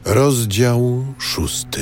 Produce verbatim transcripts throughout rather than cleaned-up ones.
Rozdział szósty.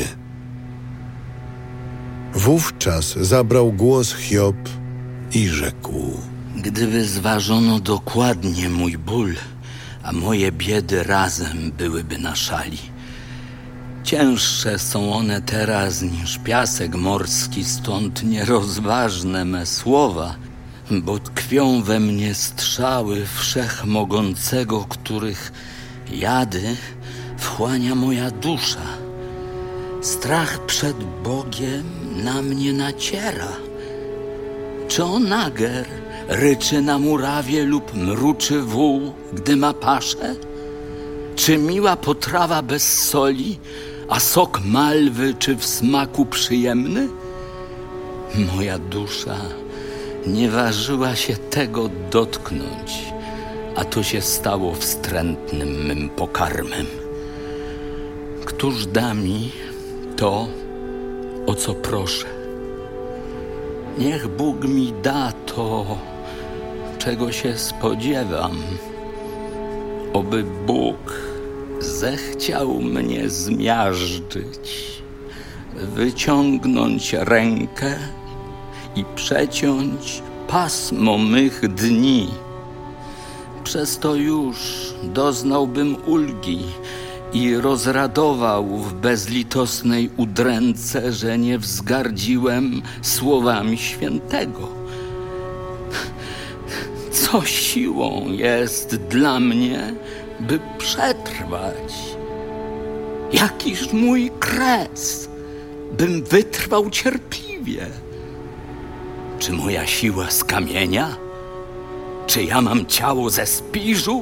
Wówczas zabrał głos Hiob i rzekł: Gdyby zważono dokładnie mój ból, a moje biedy razem byłyby na szali. Cięższe są one teraz niż piasek morski, stąd nierozważne me słowa, bo tkwią we mnie strzały Wszechmogącego, których jady wchłania moja dusza. Strach przed Bogiem na mnie naciera. Czy on nager ryczy na murawie lub mruczy wół, gdy ma paszę? Czy miła potrawa bez soli, a sok malwy czy w smaku przyjemny? Moja dusza nie ważyła się tego dotknąć, a to się stało wstrętnym mym pokarmem. Któż da mi to, o co proszę? Niech Bóg mi da to, czego się spodziewam. Oby Bóg zechciał mnie zmiażdżyć, wyciągnąć rękę i przeciąć pasmo mych dni. Przez to już doznałbym ulgi i rozradował w bezlitosnej udręce, że nie wzgardziłem słowami świętego. Co siłą jest dla mnie, by przetrwać? Jakiż mój kres, bym wytrwał cierpliwie? Czy moja siła z kamienia? Czy ja mam ciało ze spiżu?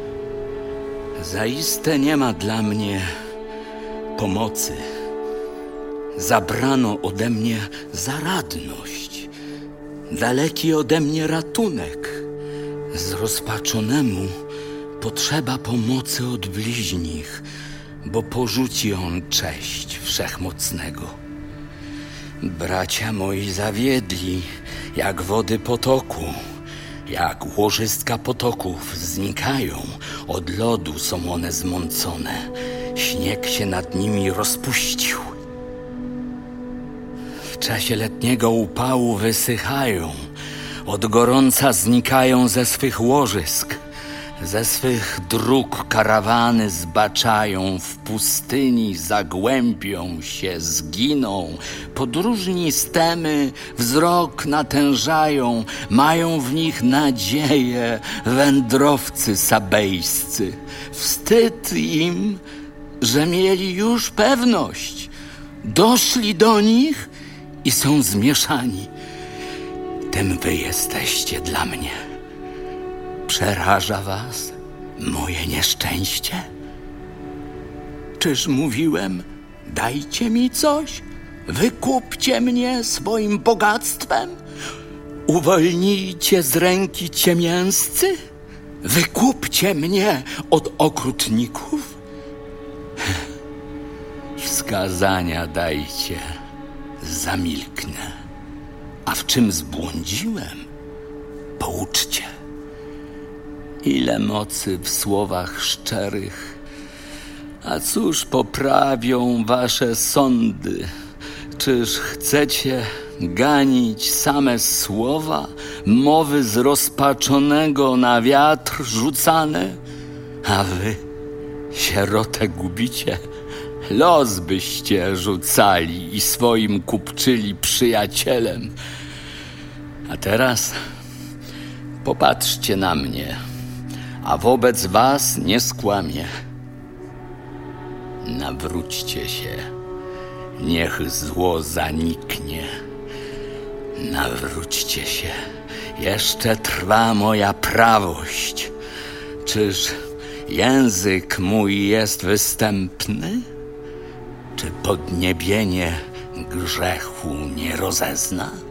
Zaiste nie ma dla mnie pomocy. Zabrano ode mnie zaradność, daleki ode mnie ratunek. Zrozpaczonemu potrzeba pomocy od bliźnich, bo porzuci on cześć Wszechmocnego. Bracia moi zawiedli, jak wody potoku, jak łożyska potoków znikają, od lodu są one zmącone, śnieg się nad nimi rozpuścił. W czasie letniego upału wysychają, od gorąca znikają ze swych łożysk. Ze swych dróg karawany zbaczają, w pustyni zagłębią się, zginą. Podróżni stemy wzrok natężają, mają w nich nadzieję wędrowcy sabejscy. Wstyd im, że mieli już pewność. Doszli do nich i są zmieszani. Tym wy jesteście dla mnie. Przeraża was moje nieszczęście? Czyż mówiłem, dajcie mi coś, wykupcie mnie swoim bogactwem, uwolnijcie z ręki ciemięscy, wykupcie mnie od okrutników? Wskazania dajcie, zamilknę, a w czym zbłądziłem, pouczcie. Ile mocy w słowach szczerych, a cóż poprawią wasze sądy? Czyż chcecie ganić same słowa, mowy zrozpaczonego na wiatr rzucane? A wy, sierotę gubicie, los byście rzucali i swoim kupczyli przyjacielem. A teraz popatrzcie na mnie, a wobec was nie skłamię. Nawróćcie się, niech zło zaniknie. Nawróćcie się, jeszcze trwa moja prawość. Czyż język mój jest występny? Czy podniebienie grzechu nie rozezna?